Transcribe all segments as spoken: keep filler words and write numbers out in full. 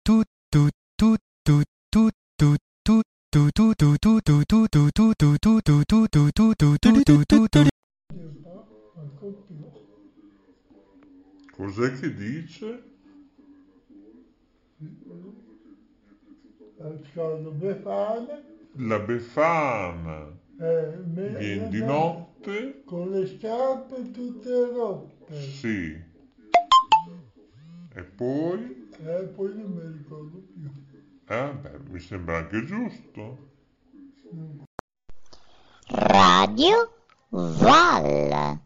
Cos'è che dice? La Befana Eh, viene di notte con le scarpe tutte rotte. Sì. E poi? E poi non mi ricordo più. Eh, beh, mi sembra anche giusto. Radio Val.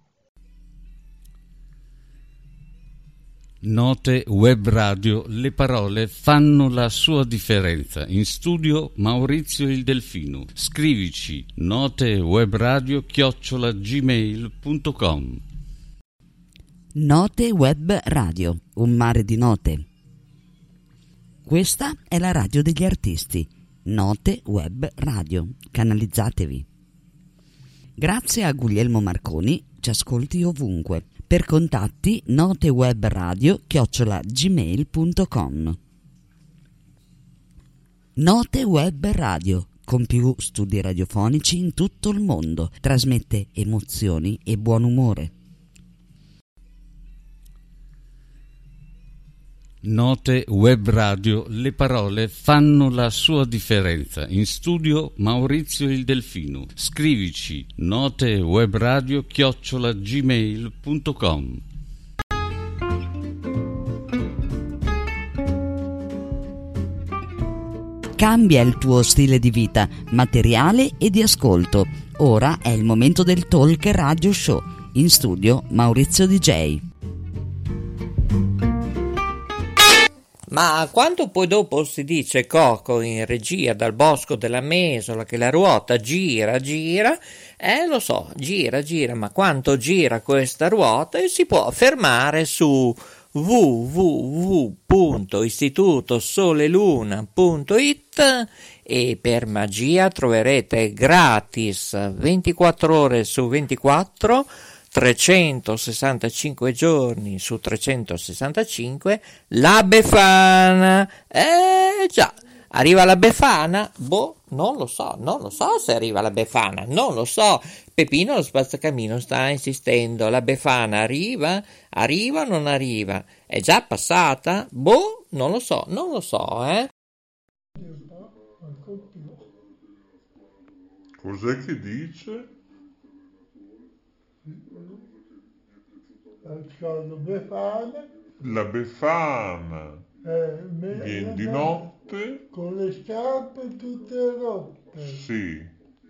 Note Web Radio, le parole fanno la sua differenza. In studio Maurizio il Delfino. Scrivici notewebradio chiocciola gmail punto com. Note Web Radio, un mare di note. Questa è la radio degli artisti. Note Web Radio, canalizzatevi. Grazie a Guglielmo Marconi, ci ascolti ovunque. Per contatti notewebradio chiocciola gmail punto com. Note Web Radio, con più studi radiofonici in tutto il mondo, trasmette emozioni e buon umore. Note Web Radio, le parole fanno la sua differenza. In studio Maurizio il Delfino. Scrivici notewebradio chiocciola gmail punto com. Cambia il tuo stile di vita, materiale e di ascolto. Ora è il momento del Talk Radio Show. In studio Maurizio D J. Ma quando poi dopo si dice Coco in regia dal bosco della Mesola che la ruota gira, gira, eh lo so, gira, gira, ma quanto gira questa ruota e si può fermare su w w w punto istituto sole luna punto i t e per magia troverete gratis ventiquattro ore su ventiquattro trecentosessantacinque giorni su trecentosessantacinque la Befana. Eh già, arriva la Befana? Boh, non lo so, non lo so se arriva la Befana, non lo so. Peppino lo spazzacamino sta insistendo, la Befana arriva? Arriva o non arriva? È già passata? Boh, non lo so, non lo so, eh. Cos'è che dice? La Befana Eh, viene di notte con le scarpe tutte rotte. Sì.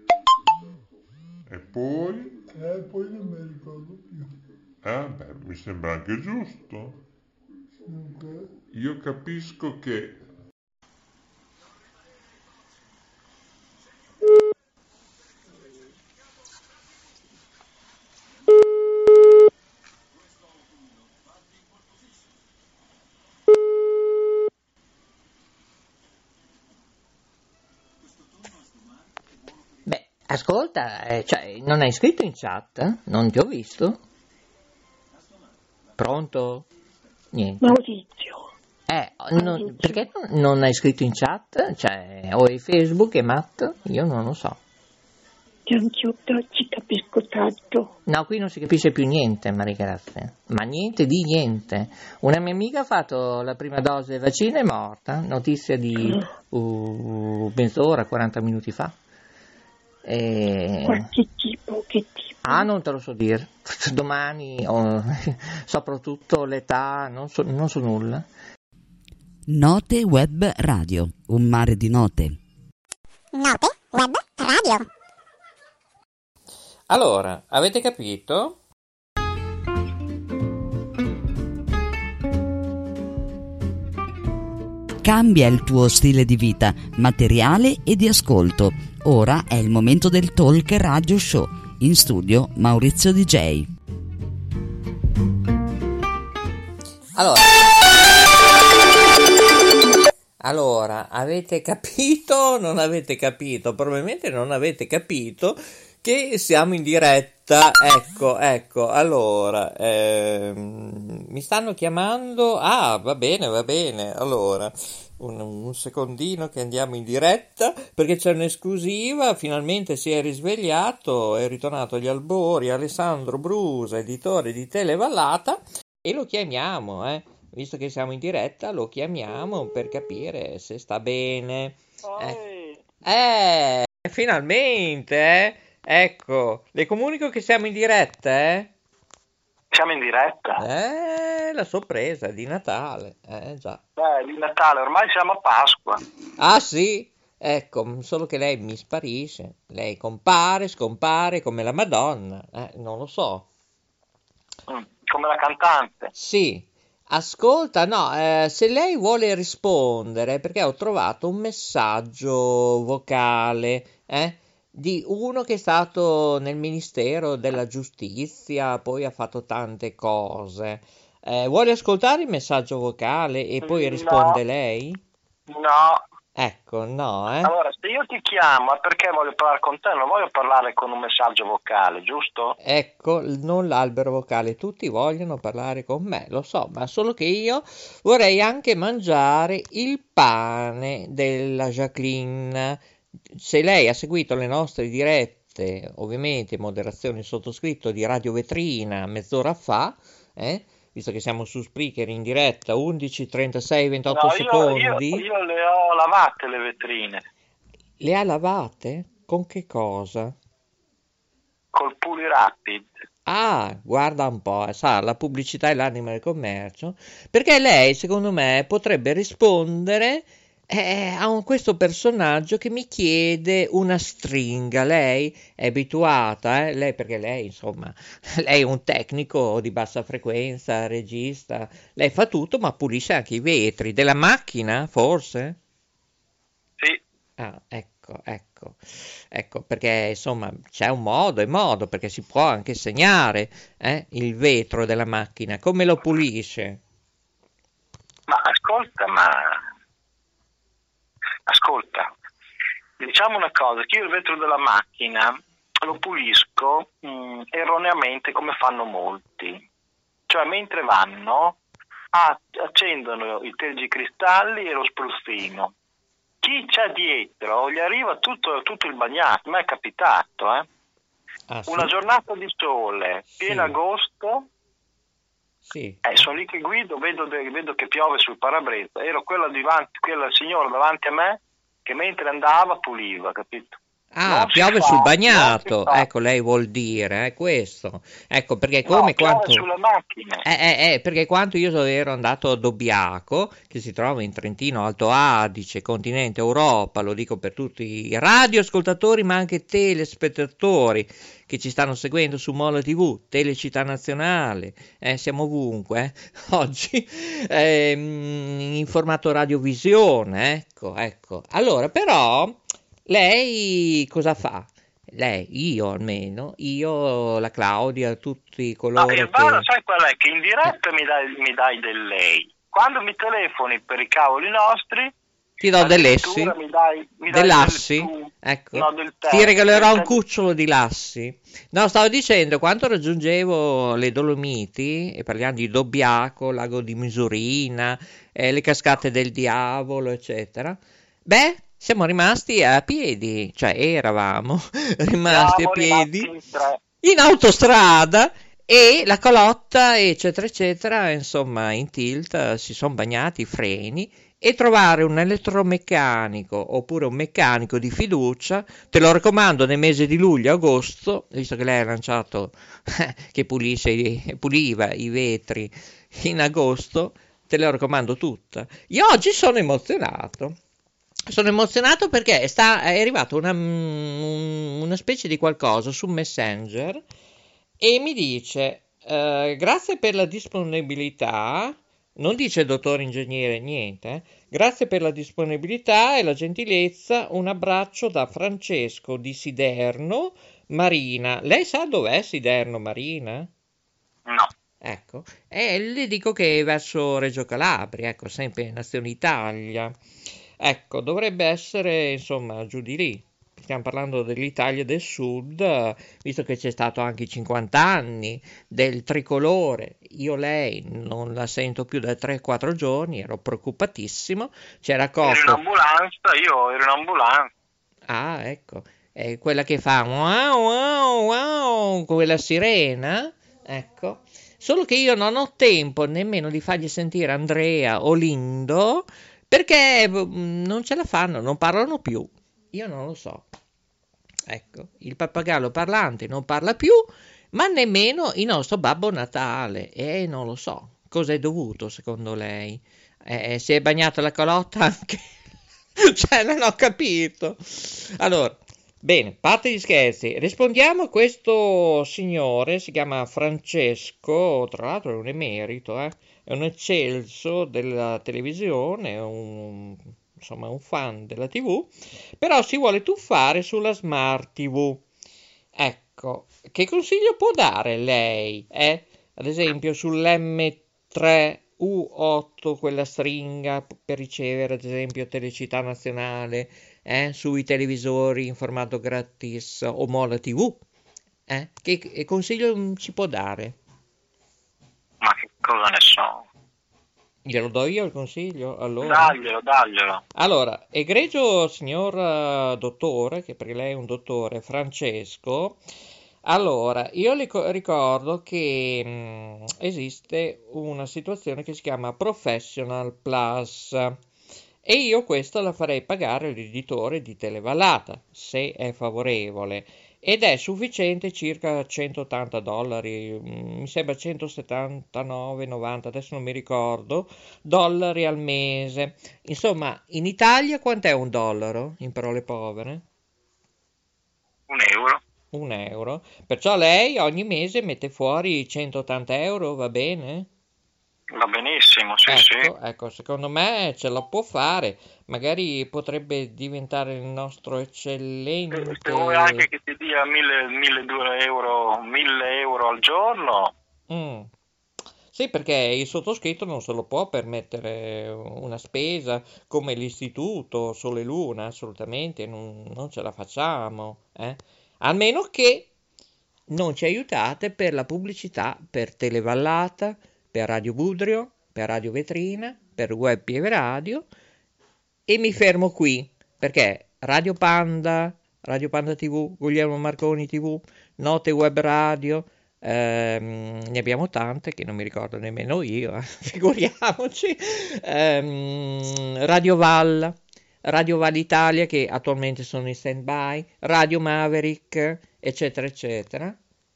E poi? E poi non mi ricordo più. Eh, beh, mi sembra anche giusto. Okay. Io capisco che Ascolta, eh, cioè, non hai scritto in chat? Non ti ho visto? Pronto? Niente. Maurizio. Eh, non, perché non, non hai scritto in chat? Cioè, o è Facebook è Matt? Io non lo so. Anch'io ci capisco tanto. No, qui non si capisce più niente, Maria Grazia. Ma niente di niente. Una mia amica ha fatto la prima dose del vaccino e è morta. Notizia di uh, mezz'ora, quaranta minuti fa. E... Qualche tipo, che tipo? Ah, non te lo so dire. Domani, oh, soprattutto l'età, non so, non so nulla. Note Web Radio, un mare di note. Note Web Radio. Allora, avete capito? Cambia il tuo stile di vita, materiale e di ascolto. Ora è il momento del Talk Radio Show. In studio Maurizio D J. Allora, allora, avete capito? Non avete capito? Probabilmente non avete capito che siamo in diretta ascolta, ecco, ecco, allora, ehm, mi stanno chiamando, ah, va bene, va bene, allora, un, un secondino che andiamo in diretta, perché c'è un'esclusiva, finalmente si è risvegliato, è ritornato agli albori, Alessandro Brusa, editore di Televallata, e lo chiamiamo, eh, visto che siamo in diretta, lo chiamiamo per capire se sta bene. Eh, eh finalmente, eh. Ecco, le comunico che siamo in diretta, eh? Siamo in diretta? Eh, la sorpresa di Natale, eh già. Eh, di Natale, ormai siamo a Pasqua. Ah sì? Ecco, solo che lei mi sparisce, lei compare, scompare come la Madonna, eh, non lo so. Mm, come la cantante. Sì, ascolta, no, eh, se lei vuole rispondere, perché ho trovato un messaggio vocale, eh? Di uno che è stato nel Ministero della Giustizia, poi ha fatto tante cose. Eh, vuole ascoltare il messaggio vocale e poi risponde No. lei? No. Ecco, no, eh? Allora, se io ti chiamo è perché voglio parlare con te, non voglio parlare con un messaggio vocale, giusto? Ecco, non l'albero vocale, tutti vogliono parlare con me, lo so, ma solo che io vorrei anche mangiare il pane della Jacqueline. Se lei ha seguito le nostre dirette, ovviamente in moderazione sottoscritto di Radio Vetrina mezz'ora fa, eh, visto che siamo su Spreaker in diretta, undici, trentasei, ventotto No, io, secondi. io, io le ho lavate le vetrine. Le ha lavate? Con che cosa? Col Pulirapid. Ah, guarda un po', eh, sa, la pubblicità è l'anima del commercio, perché lei, secondo me, potrebbe rispondere eh, a un, questo personaggio che mi chiede una stringa. Lei è abituata, eh? Lei, perché lei, insomma, lei è un tecnico di bassa frequenza, regista, lei fa tutto, ma pulisce anche i vetri della macchina, forse? Sì. Ah, ecco, ecco, ecco, perché insomma c'è un modo e modo, perché si può anche segnare eh, il vetro della macchina, come lo pulisce? Ma ascolta, ma... Ascolta, diciamo una cosa, che io il vetro della macchina lo pulisco mh, erroneamente come fanno molti. Cioè, mentre vanno, a- accendono i tergicristalli e lo spruzzino. Chi c'è dietro gli arriva tutto, tutto il bagnato, ma è capitato, eh? Ah, sì? Una giornata di sole, pieno Sì. agosto, Sì. eh, sono lì che guido, vedo, vedo che piove sul parabrezza, ero quella, davanti, quella signora davanti a me che mentre andava puliva, capito? Ah, Non si piove fa, sul non bagnato, si fa. ecco, lei vuol dire, è questo. Ecco, perché No, come piove quanto... sulle macchine. Eh, eh, eh, perché quando io ero andato a Dobbiaco, che si trova in Trentino, Alto Adige, continente Europa, lo dico per tutti i radioascoltatori ma anche telespettatori che ci stanno seguendo su Mola tivù, Telecittà Nazionale, eh, siamo ovunque, eh, oggi, ehm, in formato radiovisione, ecco, ecco. Allora, però, lei cosa fa? Lei, io almeno, io, la Claudia, tutti coloro No, il che... vero sai qual è? Che in diretta mi dai, mi dai del lei. Quando mi telefoni per i cavoli nostri, Ti do dell'essi, addirittura mi dai, mi dai dell'assi, del tu, ecco, no, del te, ti regalerò del un te- cucciolo di lassi. No, stavo dicendo, quando raggiungevo le Dolomiti, e parliamo di Dobbiaco, Lago di Misurina, eh, le cascate del Diavolo, eccetera, beh, siamo rimasti a piedi, cioè eravamo rimasti a Siamo piedi rimasti in tre. in autostrada e la calotta, eccetera, eccetera, insomma, in tilt, eh, si sono bagnati i freni e trovare un elettromeccanico oppure un meccanico di fiducia, te lo raccomando nel mese di luglio-agosto, visto che lei ha lanciato che pulisce, i- puliva i vetri in agosto, te lo raccomando tutta. Io oggi sono emozionato. Sono emozionato perché sta, è arrivata una, mm, una specie di qualcosa su Messenger e mi dice eh, grazie per la disponibilità, non dice dottore ingegnere niente, eh, grazie per la disponibilità e la gentilezza, un abbraccio da Francesco di Siderno Marina. Lei sa dov'è Siderno Marina? No. Ecco, e le dico che è verso Reggio Calabria, ecco, sempre Nazione Italia. Ecco, dovrebbe essere, insomma, giù di lì, stiamo parlando dell'Italia del Sud, eh, visto che c'è stato anche i cinquanta anni del tricolore. Io lei non la sento più da tre quattro giorni, ero preoccupatissimo. C'era Ero in Coco. ambulanza, io ero in ambulanza. Ah, ecco, è quella che fa wow, wow, wow, quella sirena, ecco. Solo che io non ho tempo nemmeno di fargli sentire Andrea o Lindo, perché mm, non ce la fanno, non parlano più. Io non lo so. Ecco, il pappagallo parlante non parla più, ma nemmeno il nostro Babbo Natale. E non lo so. Cosa è dovuto, secondo lei? Eh, si è bagnata la calotta anche? Cioè, non ho capito. Allora, bene, parte gli scherzi. Rispondiamo a questo signore, si chiama Francesco, tra l'altro è un emerito, eh? È un eccelso della televisione, è un, insomma un fan della tivù, però si vuole tuffare sulla Smart tivù. Ecco, che consiglio può dare lei? Eh? Ad esempio sull'emme tre U otto, quella stringa per ricevere ad esempio Telecittà Nazionale, eh? Sui televisori in formato gratis o Mola tivù. Eh? Che, che consiglio ci può dare? Ma che cosa ne so? Glielo do io il consiglio? Allora, Daglielo, daglielo. allora egregio signor eh, dottore, che perché lei è un dottore, Francesco, allora io le co- ricordo che mh, esiste una situazione che si chiama Professional Plus e io questa la farei pagare all'editore di Televallata, se è favorevole. Ed è sufficiente circa centottanta dollari, mm, mi sembra centosettantanove novanta, adesso non mi ricordo, dollari al mese. Insomma, in Italia quant'è un dollaro, in parole povere? Un euro. Un euro. Perciò lei ogni mese mette fuori centottanta euro, va bene? Va benissimo, sì, Ecco, sì. ecco, secondo me ce la può fare. Magari potrebbe diventare il nostro eccellente... Se vuoi anche che ti dia mille, mille euro, mille euro al giorno, Mm. Sì, perché il sottoscritto non se lo può permettere una spesa come l'Istituto Sole Luna, assolutamente, non, non ce la facciamo, eh? Almeno che non ci aiutate per la pubblicità per Televallata, per Radio Budrio, per Radio Vetrina, per Web Pieve Radio, e mi fermo qui, perché Radio Panda, Radio Panda tivù, Guglielmo Marconi tivù, Note Web Radio, ehm, ne abbiamo tante che non mi ricordo nemmeno io, eh, figuriamoci, ehm, Radio Val, Radio Val Italia che attualmente sono in stand-by, Radio Maverick, eccetera, eccetera.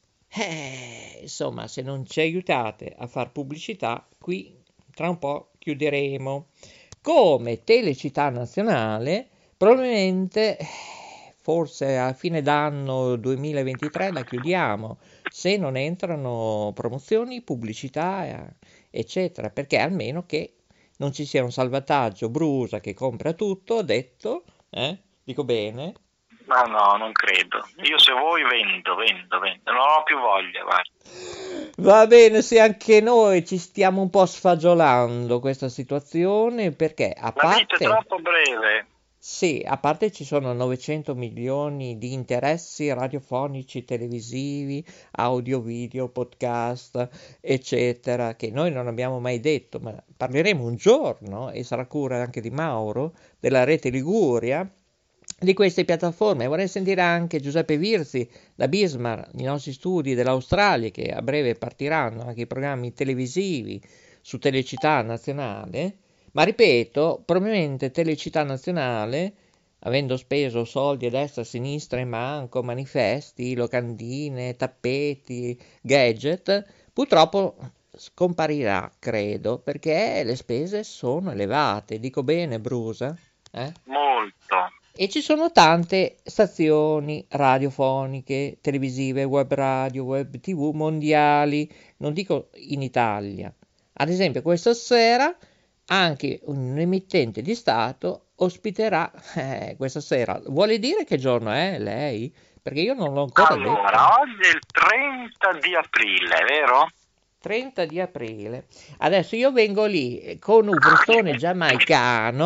Eh, insomma, se non ci aiutate a far pubblicità, qui tra un po' chiuderemo. Come Telecittà Nazionale, probabilmente, forse a fine d'anno duemilaventitré la chiudiamo, se non entrano promozioni, pubblicità, eccetera, perché almeno che non ci sia un salvataggio Brusa che compra tutto, ho detto, eh? Dico bene? ma no, non credo. Io se vuoi vendo, vendo, vendo. Non ho più voglia, guarda. Va bene, se anche noi ci stiamo un po' sfagiolando questa situazione, perché a La vita parte... è troppo breve. Sì, a parte ci sono novecento milioni di interessi radiofonici, televisivi, audio, video, podcast, eccetera, che noi non abbiamo mai detto, ma parleremo un giorno, e sarà cura anche di Mauro, della rete Liguria, di queste piattaforme. Vorrei sentire anche Giuseppe Virzi da Bismarck, i nostri studi dell'Australia, che a breve partiranno anche i programmi televisivi su Telecittà Nazionale. Ma ripeto, probabilmente Telecittà Nazionale, avendo speso soldi a destra, a sinistra e manco, manifesti, locandine, tappeti, gadget, purtroppo scomparirà, credo, perché le spese sono elevate. Dico bene, Brusa? Eh? Molto. E ci sono tante stazioni radiofoniche, televisive, web radio, web tivù mondiali, non dico in Italia. Ad esempio, questa sera anche un emittente di Stato ospiterà eh, questa sera. Vuole dire che giorno è lei? Perché io non l'ho ancora detto. Allora, oggi è il trenta di aprile, vero? trenta di aprile. Adesso io vengo lì con un frustone giamaicano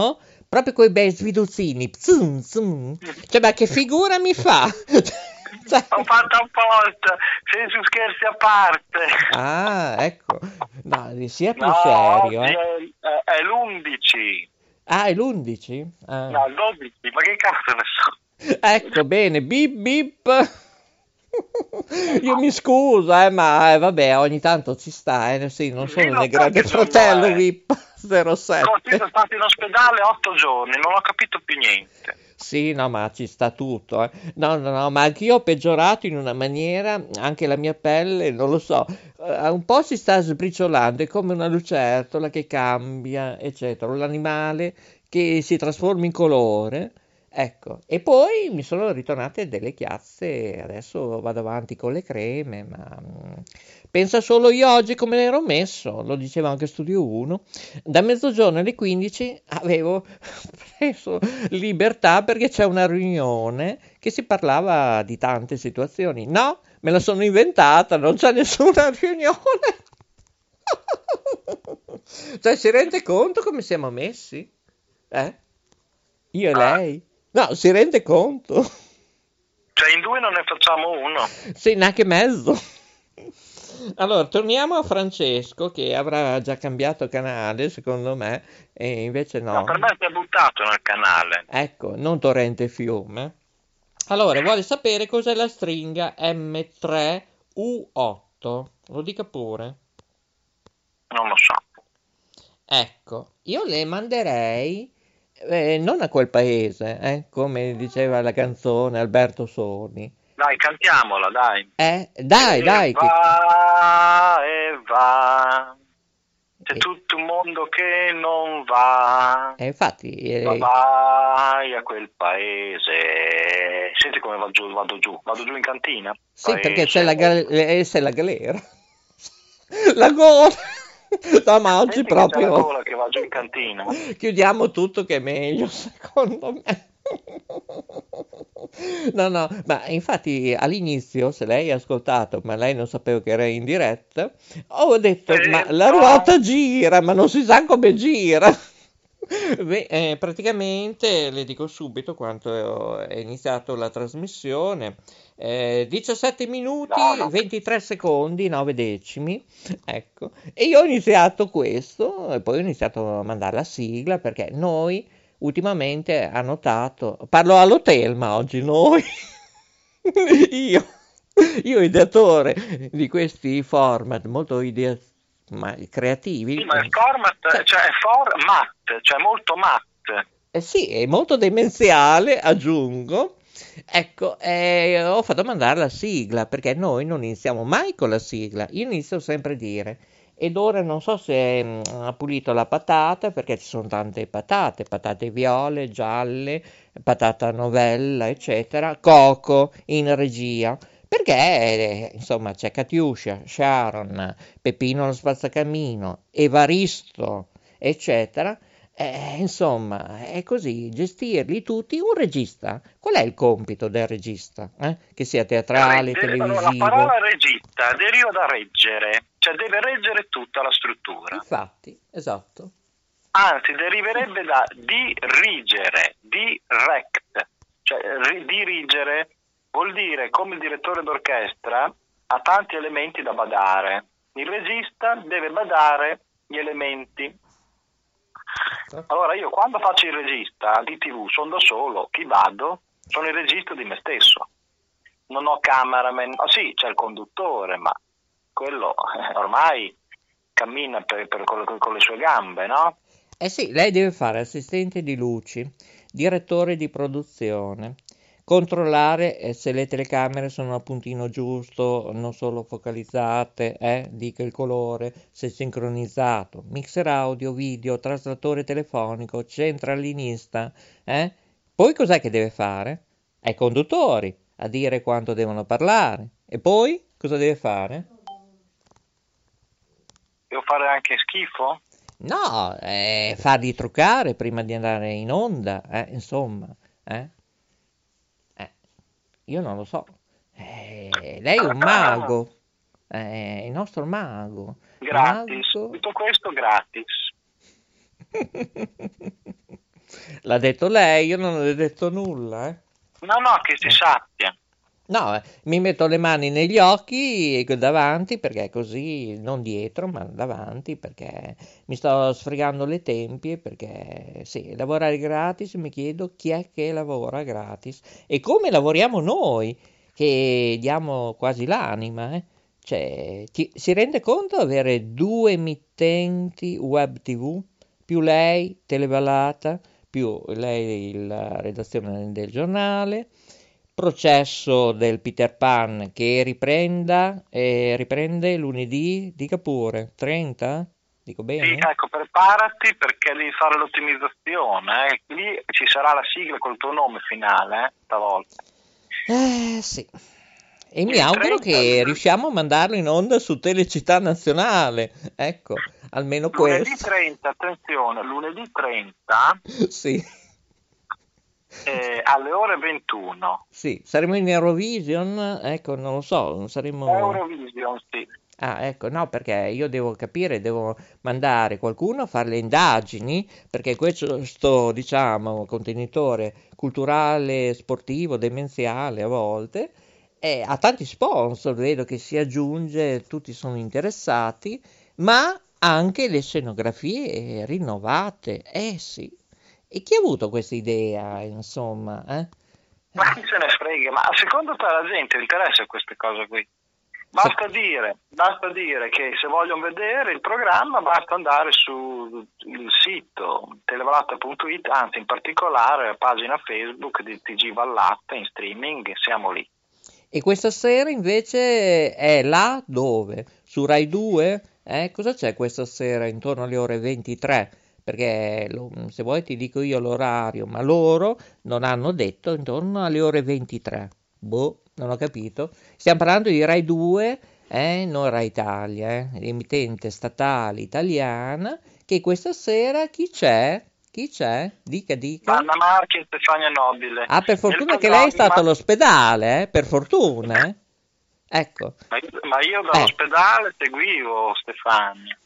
proprio coi bei sviluzzini. Zum, zum. Cioè, ma che figura mi fa? Cioè... Ho fatto apposta, senza scherzi a parte. Ah, ecco. No, sia più No, serio, oggi eh. è, è l'undici. Ah, è l'undici? Ah. No, il dodici, ma che cazzo ne so. Ecco, bene, bip bip. Io mi scuso, eh, ma eh, vabbè, ogni tanto ci sta, eh, sì, non sono Io nel non so Grande che sono, Fratello eh. V I P zero sette. Sono stato in ospedale otto giorni, non ho capito più niente. Sì, no, ma ci sta tutto, eh. No, no, no, ma anch'io ho peggiorato in una maniera, anche la mia pelle, non lo so, eh, un po' si sta sbriciolando, è come una lucertola che cambia, eccetera, l'animale che si trasforma in colore. Ecco, e poi mi sono ritornate delle chiazze, adesso vado avanti con le creme, ma mm, pensa solo io oggi come ne ero messo, lo dicevo anche Studio uno, da mezzogiorno alle quindici avevo preso libertà perché c'è una riunione che si parlava di tante situazioni. No, me la sono inventata, non c'è nessuna riunione. Cioè, si rende conto come siamo messi? Eh? Io e lei? No, si rende conto? Cioè in due non ne facciamo uno. Sì, neanche mezzo. Allora, torniamo a Francesco che avrà già cambiato canale, secondo me, e invece no. No, per me si è buttato nel canale. Ecco, non torrente e fiume. Allora, vuole sapere cos'è la stringa M tre U otto. Lo dica pure. Non lo so. Ecco, io le manderei eh, non a quel paese, eh, come diceva la canzone Alberto Sordi. Dai, cantiamola, dai. Eh, dai, e dai. Che... Va e va. C'è Eh. tutto un mondo che non va. Eh, infatti... eh, Ma vai a quel paese. Senti come vado giù, vado giù. Vado giù in cantina. Sì, Paese. perché c'è la, gal- eh, c'è la galera. La gola. No, ma oggi Senti che c'è la proprio gola che va giù in cantina. chiudiamo tutto che è meglio, secondo me. No, no, ma infatti all'inizio, se lei ha ascoltato, ma lei non sapeva che era in diretta, ho detto, Eh, ma la no. ruota gira, ma non si sa come gira. Beh, eh, praticamente le dico subito quanto è iniziato la trasmissione. Eh, diciassette minuti, No, no. ventitré secondi, nove decimi, ecco. E io ho iniziato questo e poi ho iniziato a mandare la sigla perché noi ultimamente ha notato, parlo all'hotel, ma oggi noi, io, io ideatore di questi format molto idea- ma creativi. Sì, ma il format, cioè è format, cioè molto mat. Eh sì, è molto demenziale, aggiungo. Ecco, eh, ho fatto mandare la sigla perché noi non iniziamo mai con la sigla. Io inizio sempre a dire. Ed ora non so se mh, ha pulito la patata perché ci sono tante patate, patate viole, gialle, patata novella, eccetera. Coco in regia. Perché, eh, insomma, c'è Katiuscia, Sharon, Peppino lo spazzacamino, Evaristo, eccetera. Eh, insomma, è così, gestirli tutti. Un regista, qual è il compito del regista? Eh? Che sia teatrale, Regge- televisivo? La parola regista deriva da reggere, cioè deve reggere tutta la struttura. Infatti, esatto. Anzi, deriverebbe da dirigere, direct, cioè ri- dirigere vuol dire come il direttore d'orchestra ha tanti elementi da badare. Il regista deve badare gli elementi. Allora io quando faccio il regista di tivù sono da solo, chi vado? Sono il regista di me stesso. Non ho cameraman, oh sì, c'è il conduttore, ma quello eh, ormai cammina per, per, con, le, con le sue gambe, no? Eh sì, lei deve fare assistente di luci, direttore di produzione, controllare eh, se le telecamere sono a puntino giusto, non solo focalizzate, eh, dica il colore, se sincronizzato, mixer audio, video, traslatore telefonico, centralinista, eh? Poi cos'è che deve fare? Ai conduttori, a dire quanto devono parlare. E poi cosa deve fare? Devo fare anche schifo? No, eh, farli truccare prima di andare in onda, eh, insomma, eh? Eh, io non lo so. Eh, lei è un mago, è il nostro mago. Gratis, Mago. tutto questo gratis. L'ha detto lei, io non ho detto nulla, eh. No, no, che si sappia. No, eh, mi metto le mani negli occhi e davanti perché così, non dietro, ma davanti perché mi sto sfregando le tempie perché sì, lavorare gratis mi chiedo chi è che lavora gratis e come lavoriamo noi che diamo quasi l'anima, eh? Cioè, ti- si rende conto avere due emittenti web tivù, più lei, Televalata, più lei la redazione del giornale, processo del Peter Pan che riprenda, eh, riprende lunedì, dica pure, trenta? Dico Sì, bene? ecco, preparati perché devi fare l'ottimizzazione. Eh. Lì ci sarà la sigla col tuo nome finale, eh, stavolta. Eh sì. E mi Il auguro trenta, che riusciamo a mandarlo in onda su Telecittà Nazionale. Ecco, almeno lunedì questo. trenta, attenzione, lunedì trenta Sì, eh, alle ore ventuno. sì, saremo in Eurovision? Ecco, non lo so, saremo... Eurovision, sì. Ah, ecco, no, perché io devo capire, devo mandare qualcuno a fare le indagini, perché questo, diciamo, contenitore culturale, sportivo, demenziale a volte, eh, ha tanti sponsor, vedo che si aggiunge, tutti sono interessati, ma anche le scenografie rinnovate, eh sì. E chi ha avuto questa idea, insomma, eh? Ma chi se ne frega? Ma secondo te la gente interessa queste cose qui? Basta dire, basta dire che se vogliono vedere il programma basta andare sul sito televalata punto it, anzi in particolare la pagina Facebook di T G Vallata in streaming, siamo lì. E questa sera invece è là dove? Su Rai due? Eh, cosa c'è questa sera intorno alle ore ventitré? Perché lo- se vuoi ti dico io l'orario, ma loro non hanno detto intorno alle ore ventitré. Boh, non ho capito. Stiamo parlando di Rai due, eh, non Rai Italia, eh, l'emittente statale italiana, che questa sera chi c'è? Chi c'è? Dica, dica. Anna Marchi e Stefania Nobile. Ah, per Nel fortuna che lei è stato programma- all'ospedale, eh? Per fortuna, eh? Ecco. Ma io, ma io dall'ospedale seguivo Stefania.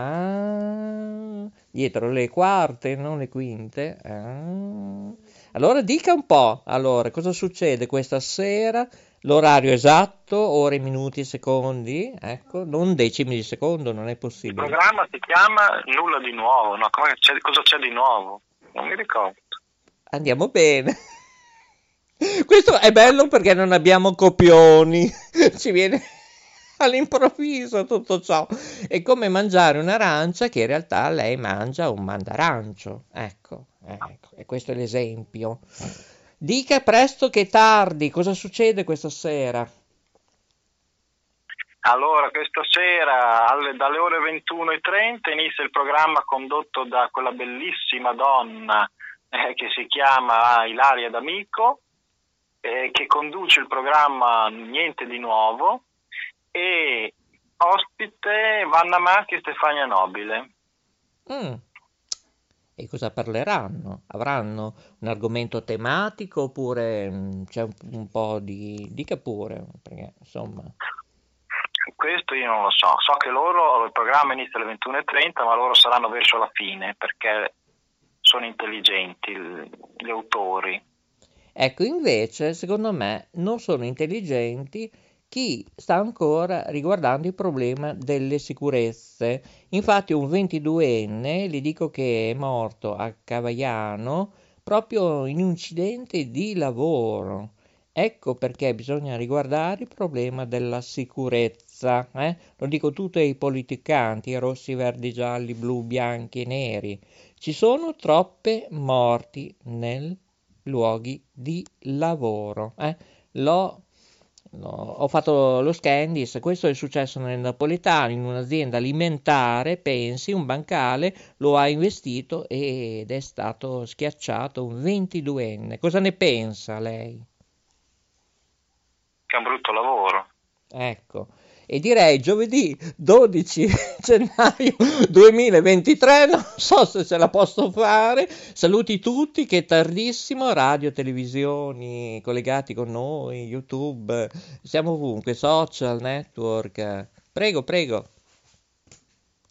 Ah, dietro le quarte, non le quinte. Ah. Allora dica un po', allora, cosa succede questa sera? L'orario esatto, ore, minuti, secondi, ecco, non decimi di secondo, non è Il possibile. programma si chiama Nulla di nuovo, no? Come c'è- cosa c'è di nuovo? Non mi ricordo. Andiamo bene. Questo è bello perché non abbiamo copioni, ci viene all'improvviso tutto ciò. È come mangiare un'arancia che in realtà lei mangia un mandarancio. Ecco, ecco, e questo è l'esempio. Dica presto che è tardi, cosa succede questa sera? Allora, questa sera alle- dalle ore ventuno e trenta inizia il programma condotto da quella bellissima donna eh, che si chiama Ilaria D'Amico, eh, che conduce il programma Niente di Nuovo, e ospite Vanna Marchi e Stefania Nobile. Mm. E cosa parleranno? Avranno un argomento tematico oppure mm, c'è un, un po' di... dica pure, perché insomma... Questo io non lo so, so che loro, il programma inizia alle ventuno e trenta, ma loro saranno verso la fine perché sono intelligenti il- gli autori. Ecco, invece, secondo me, non sono intelligenti chi sta ancora riguardando il problema delle sicurezze. Infatti un ventiduenne, gli dico che è morto a Cavagliano proprio in un incidente di lavoro. Ecco perché bisogna riguardare il problema della sicurezza. Eh? Lo dico tutto ai politicanti, rossi, verdi, gialli, blu, bianchi e neri. Ci sono troppe morti nei luoghi di lavoro. Eh? L'ho, l'ho- ho fatto lo Scandis, questo è successo nel Napoletano, in un'azienda alimentare, pensi, un bancale lo ha investito ed è stato schiacciato un ventiduenne. Cosa ne pensa lei? Che è un brutto lavoro. Ecco, e direi giovedì dodici gennaio duemilaventitré, non so se ce la posso fare. Saluti tutti, che è tardissimo, radio, televisioni collegati con noi, YouTube, siamo ovunque, social network. Prego, prego.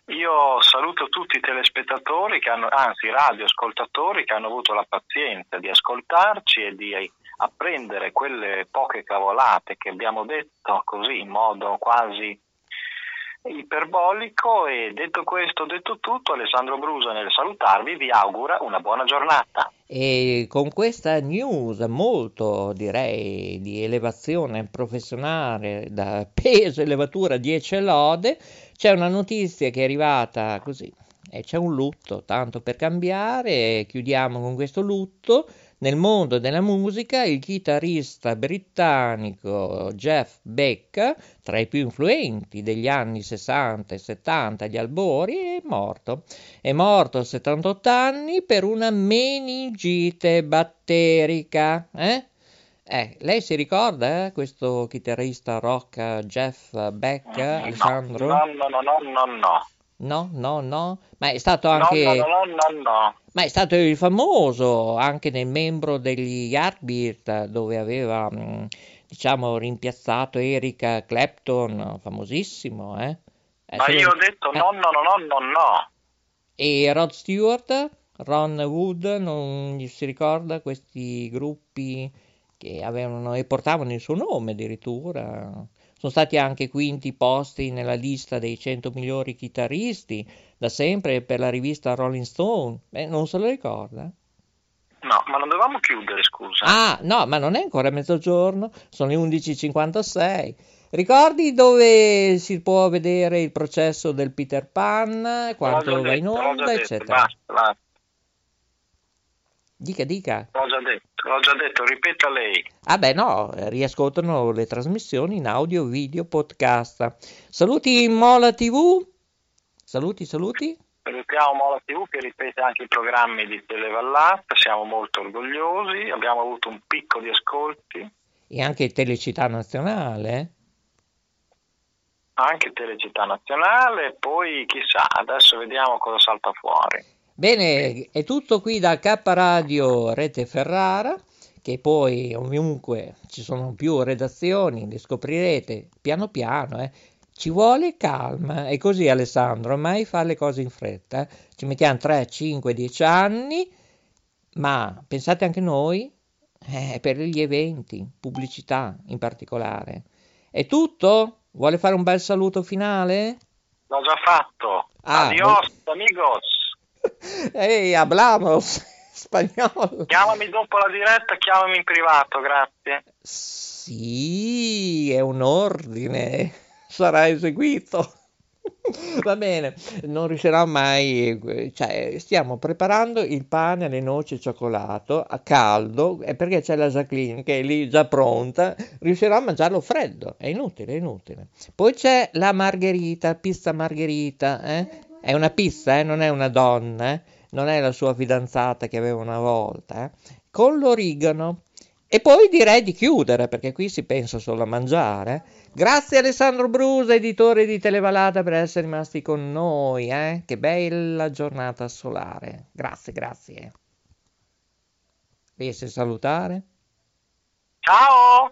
Io saluto tutti i telespettatori, che hanno, anzi radioascoltatori, che hanno avuto la pazienza di ascoltarci e di apprendere quelle poche cavolate che abbiamo detto così in modo quasi iperbolico. E detto questo, detto tutto, Alessandro Brusa nel salutarvi vi augura una buona giornata. E con questa news molto, direi, di elevazione professionale da peso e levatura dieci lode, c'è una notizia che è arrivata così e c'è un lutto, tanto per cambiare, e chiudiamo con questo lutto. Nel mondo della musica il chitarrista britannico Jeff Beck, tra i più influenti degli anni sessanta e settanta, gli albori, è morto. È morto a settantotto anni per una meningite batterica. Eh? Eh, lei si ricorda eh, questo chitarrista rock Jeff Beck, No, Alessandro? no, no, no, no, no, no. No, no, no, ma è stato anche... No, no, no, no, no. Ma è stato il famoso anche nel membro degli Yardbirds, dove aveva, mh, diciamo, rimpiazzato Eric Clapton, famosissimo, eh? Eh, Ma se lo- io ho detto eh, no, no, no, no, no, no. E Rod Stewart, Ron Wood, non gli si ricorda questi gruppi che avevano e portavano il suo nome addirittura. Sono stati anche quinti posti nella lista dei cento migliori chitarristi, da sempre per la rivista Rolling Stone. Beh, non se lo ricorda? No, ma non dovevamo chiudere, scusa. Ah, no, ma non è ancora mezzogiorno, sono le undici e cinquantasei. Ricordi dove si può vedere il processo del Peter Pan, quanto L'ho già va in detto, l'ho già onda, detto, eccetera. Basta, basta. Dica, dica. L'ho già detto, l'ho già detto, ripeta lei. Ah beh no, riascoltano le trasmissioni in audio, video, podcast. Saluti Mola tivù. Saluti, saluti. Salutiamo Mola tivù che ripete anche i programmi di Televallata, siamo molto orgogliosi, abbiamo avuto un picco di ascolti, E anche Telecittà Nazionale. anche Telecittà Nazionale, poi chissà, adesso vediamo cosa salta fuori. Bene, è tutto qui da K Radio Rete Ferrara, che poi ovunque ci sono più redazioni, le scoprirete piano piano, eh. Ci vuole calma, e così Alessandro, mai fare le cose in fretta, eh. Ci mettiamo tre, cinque, dieci anni, ma pensate anche noi, eh, per gli eventi, pubblicità in particolare. È tutto? Vuole fare un bel saluto finale? L'ho già fatto. Ah, Adios, amigos. Ehi, hablamos spagnolo. Chiamami dopo la diretta, chiamami in privato, grazie. Sì, è un ordine, sarà eseguito. Va bene, non riuscirà mai, cioè stiamo preparando il pane alle noci e cioccolato a caldo, è perché c'è la Jacqueline che è lì già pronta, riuscirà a mangiarlo freddo, è inutile, è inutile. Poi c'è la margherita, pizza margherita, eh? È una pizza, eh? Non è una donna, eh? Non è la sua fidanzata che aveva una volta, eh? Con l'origano. E poi direi di chiudere, perché qui si pensa solo a mangiare. Grazie Alessandro Brusa, editore di Televallata, per essere rimasti con noi, eh? Che bella giornata solare. Grazie, grazie. Riesci a salutare? Ciao!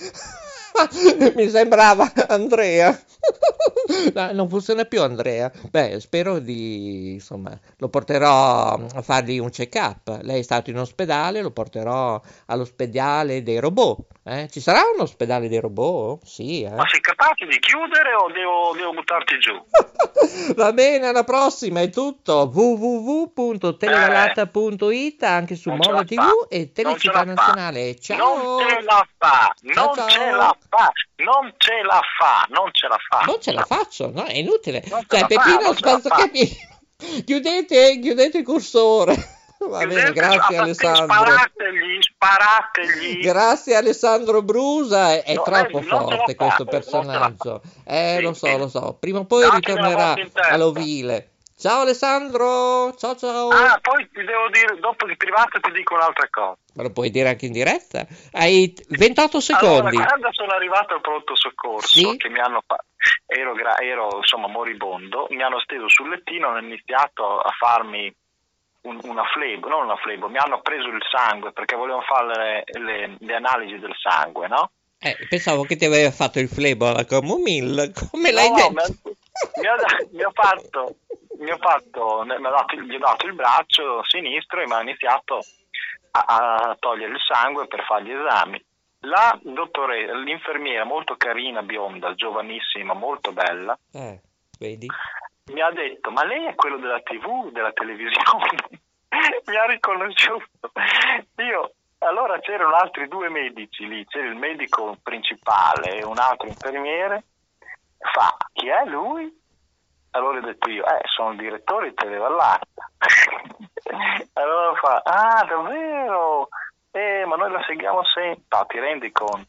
Mi sembrava Andrea. No, non funziona più Andrea. Beh, spero di, insomma, lo porterò a fargli un check-up. Lei è stato in ospedale, lo porterò all'ospedale dei robot. Eh? Ci sarà un ospedale dei robot? Sì, eh? Ma sei capace di chiudere o devo, devo buttarti giù? Va bene, alla prossima è tutto. w w w punto televallata punto it, anche su Non ce Mola la tivù fa. e Non ce Telecittà la fa. Nazionale. Ciao! Non ce la fa, Ciao, non ciao. ce la fa, non ce la fa, non ce la fa. Non ce la faccio, no? È inutile. Non ce Cioè, la fa, Peppino, non ce la spazio fa. capire. Chiudete, chiudete il cursore. Va bene, Chiudete, grazie ah, Alessandro. Sparategli, sparategli. Grazie Alessandro Brusa, è, è No, troppo eh, non ce la forte fa, questo non ce la personaggio. Eh, Sì, lo so, sì. lo so. Prima o poi Datemi ritornerà la botta in testa. all'ovile. Ciao Alessandro, ciao ciao. Ah, poi ti devo dire, dopo di privato ti dico un'altra cosa. Ma lo puoi dire anche in diretta? Hai ventotto secondi. Allora, quando sono arrivato al pronto soccorso, Sì? che mi hanno fa- ero, gra- ero insomma moribondo, mi hanno steso sul lettino, hanno iniziato a farmi un- una flebo, non una flebo, mi hanno preso il sangue perché volevano fare le, le- le analisi del sangue, no? Eh, pensavo che ti aveva fatto il flebo alla camomilla. Come l'hai No, detto? mi ha- mi ha, mi ha fatto mi ho fatto, mi ha dato, gli ho dato il braccio sinistro e mi ha iniziato a, a togliere il sangue per fare gli esami. La dottore, l'infermiera molto carina, bionda, giovanissima, molto bella, Eh, vedi? mi ha detto: ma lei è quello della tivù, della televisione? Mi ha riconosciuto. Io, allora c'erano altri due medici lì, c'era il medico principale e un altro infermiere. Fa: chi è lui? Allora ho detto io: eh, sono il direttore di Televallata. Allora fa: ah, davvero? Eh, ma noi la seguiamo sempre. Ah, ti rendi conto?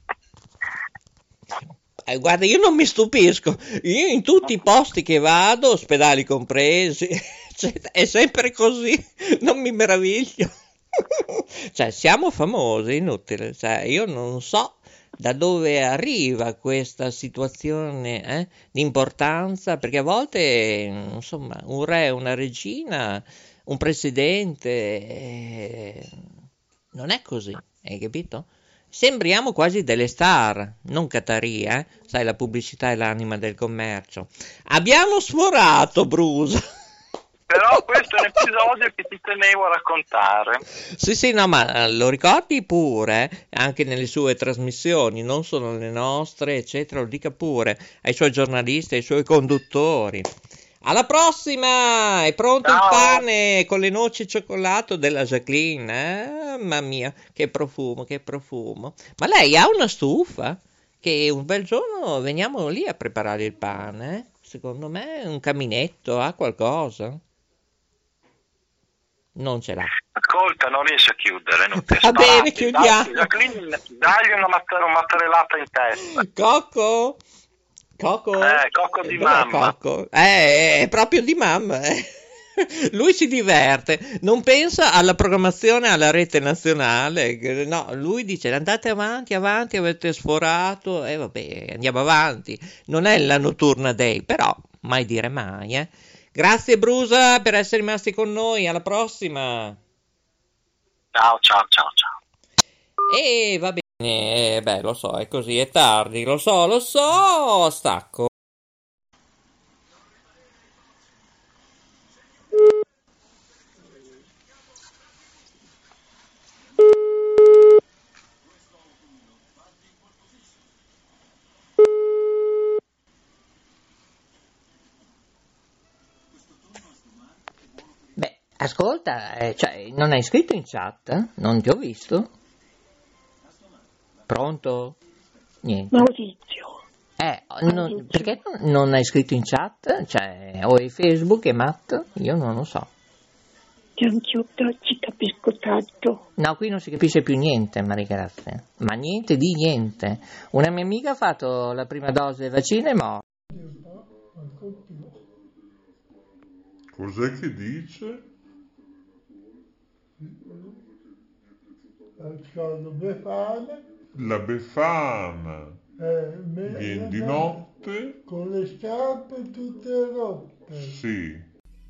Eh, guarda, io non mi stupisco, io in tutti i posti che vado, ospedali compresi, cioè, è sempre così, non mi meraviglio. Cioè, siamo famosi, inutile, cioè, io non so da dove arriva questa situazione eh, di importanza, perché a volte, insomma, un re, una regina, un presidente, eh, non è così, hai capito? Sembriamo quasi delle star, non Cataria, eh? Sai, la pubblicità è l'anima del commercio. Abbiamo sforato, Bruce. Però questo è un episodio che ti tenevo a raccontare. Sì, sì, no, ma lo ricordi pure, eh? Anche nelle sue trasmissioni, non solo le nostre, eccetera, lo dica pure ai suoi giornalisti, ai suoi conduttori. Alla prossima! È pronto Ciao. Il pane con le noci e cioccolato della Jacqueline, eh? Mamma mia, che profumo, che profumo. Ma lei ha una stufa? Che un bel giorno veniamo lì a preparare il pane, eh? Secondo me un caminetto, ha qualcosa? Non ce l'ha. Ascolta, non riesci a chiudere. Non ti Va bene, chiudiamo. Dai, Jacqueline, dagli una mazzara- mazzarellata in testa. Cocco? Cocco? Eh, cocco di Dov'è mamma. Cocco? Eh, è proprio di mamma, eh. Lui si diverte, non pensa alla programmazione alla rete nazionale, no, lui dice andate avanti, avanti, avete sforato, e eh, vabbè, andiamo avanti, non è la notturna day, però mai dire mai, eh. Grazie Brusa per essere rimasti con noi, alla prossima. Ciao, ciao, ciao, ciao. E va bene, eh, beh, lo so, è così, è tardi, lo so, lo so, stacco. Beh, ascolta, eh, cioè, non hai scritto in chat? Non ti ho visto? Pronto? Niente. Maurizio. Eh, non- perché non, non hai scritto in chat? Cioè, o hai Facebook e Matt? Io non lo so. Gianchiotto, ci capisco tanto. No, qui non si capisce più niente, Maria Grazia. Ma niente di niente. Una mia amica ha fatto la prima dose del vaccino e mo'. Cos'è che dice? Ascolta, Befana, La Befana eh, me- viene di me- notte? con le scarpe tutte rotte. Sì.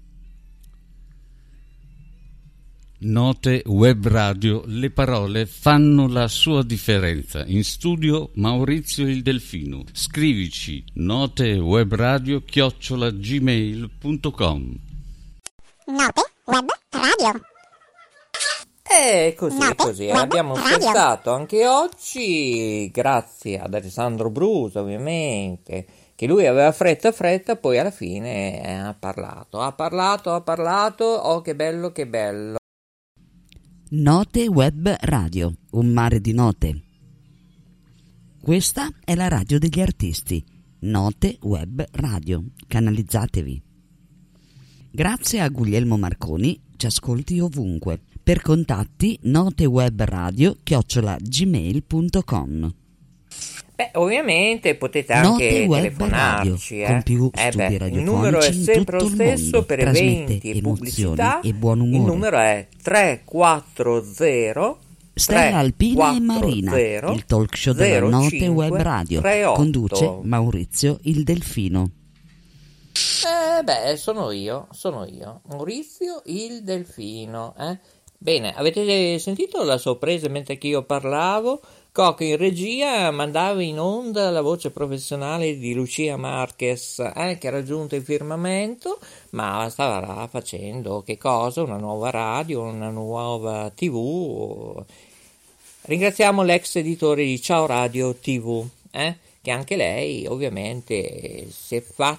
Note Web Radio, le parole fanno la sua differenza. In studio Maurizio il Delfino. Scrivici notewebradio chiocciola gmail punto com. Note Web Radio. E così, Note così, Web abbiamo Radio. scherzato anche oggi, grazie ad Alessandro Brusa ovviamente, che lui aveva fretta fretta, poi alla fine eh, ha parlato, ha parlato, ha parlato, oh che bello, che bello. Note Web Radio, un mare di note. Questa è la radio degli artisti. Note Web Radio, canalizzatevi. Grazie a Guglielmo Marconi, ci ascolti ovunque. Per contatti notewebradio chiocciola gmail punto com. Beh, ovviamente potete Note anche Web telefonarci, Radio, eh. con più Eh studi beh, il numero è radiofonici in sempre lo tutto il stesso mondo. per Trasmette eventi e emozioni pubblicità. e buon umore. Il numero è tre quattro zero Stella Alpina e tre quattro Marina, zero il talk show della zero Note cinque Web Radio. tre otto. Conduce Maurizio il Delfino. Eh beh, sono io, sono io, Maurizio il Delfino, eh. Bene, avete sentito la sorpresa mentre che io parlavo? Cocco in regia mandava in onda la voce professionale di Lucia Marquez, eh, che ha raggiunto il firmamento, ma stava facendo che cosa? Una nuova radio, una nuova tivù. Ringraziamo l'ex editore di Ciao Radio tivù, eh, che anche lei ovviamente si è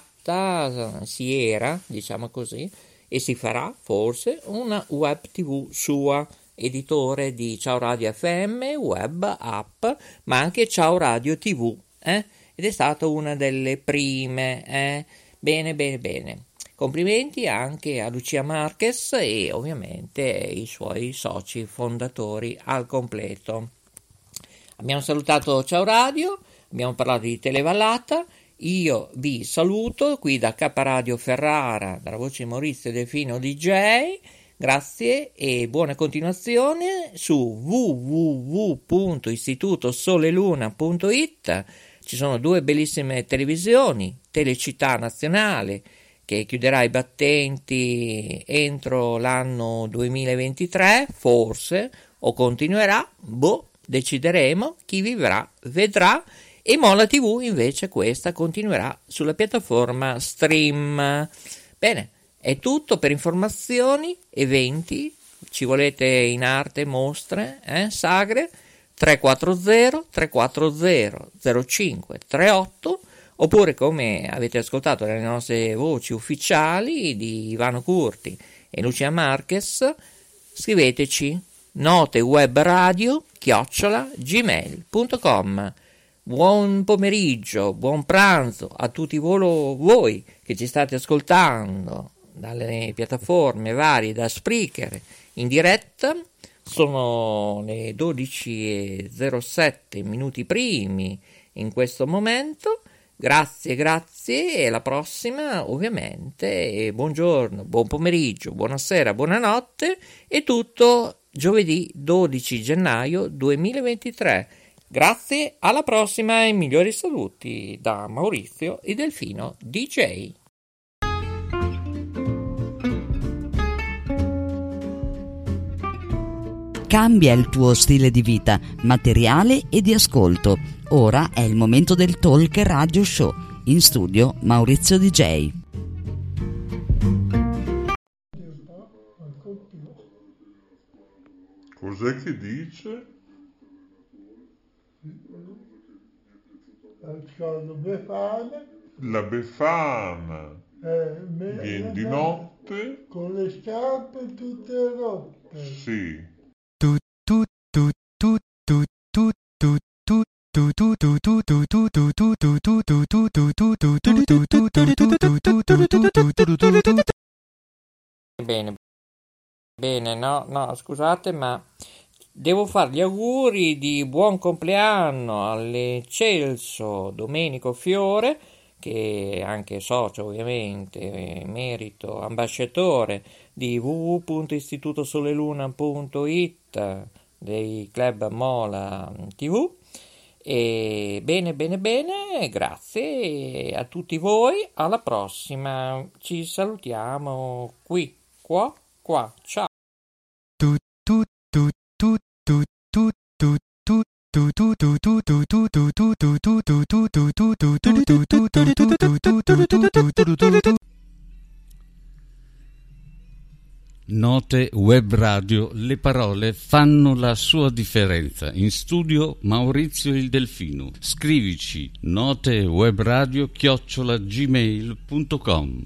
fatta, si era, diciamo così, e si farà forse una web tivù sua. Editore di Ciao Radio F M, web, app, ma anche Ciao Radio tivù, eh? Ed è stata una delle prime, eh? Bene, bene, bene. Complimenti anche a Lucia Marquez e ovviamente i suoi soci fondatori al completo. Abbiamo salutato Ciao Radio, abbiamo parlato di Televallata. Io vi saluto qui da K Radio Ferrara, dalla voce di Maurizio Delfino D J. Grazie e buona continuazione su w w w punto istituto sole luna punto i t. Ci sono due bellissime televisioni, Telecittà Nazionale che chiuderà i battenti entro l'anno duemilaventitré, forse, o continuerà, boh, decideremo, chi vivrà vedrà, e Mola tivù invece questa continuerà sulla piattaforma Stream. Bene. È tutto. Per informazioni, eventi, ci volete in arte, mostre, eh, sagre, tre quattro zero tre quattro zero zero cinque tre otto, oppure come avete ascoltato dalle nostre voci ufficiali di Ivano Curti e Lucia Marquez, scriveteci notewebradio chiocciola gmail punto com. Buon pomeriggio, buon pranzo a tutti volo, voi che ci state ascoltando dalle piattaforme varie, da Spreaker in diretta. Sono le dodici e zero sette minuti primi in questo momento. Grazie, grazie, e alla prossima ovviamente, e buongiorno, buon pomeriggio, buonasera, buonanotte, e tutto giovedì dodici gennaio duemilaventitré. Grazie, alla prossima e migliori saluti da Maurizio e Delfino D J. Cambia il tuo stile di vita, materiale e di ascolto. Ora è il momento del Talk Radio Show. In studio Maurizio D J. Cos'è che dice? Ascolto Befana. La Befana. Eh, me- Viene di me- notte? Con le scarpe tutte rotte. Sì. Bene, bene, no, no, scusate, ma devo fare gli auguri di buon compleanno all'eccelso Domenico Fiore, che è anche socio ovviamente, merito, ambasciatore di w w w punto istituto sole luna punto i t dei club Mola tivù. E bene, bene, bene, grazie a tutti voi, alla prossima, ci salutiamo qui, qua, qua, ciao. Note Web Radio, le parole fanno la sua differenza. In studio Maurizio il Delfino. Scrivici notewebradio chiocciola gmail punto com.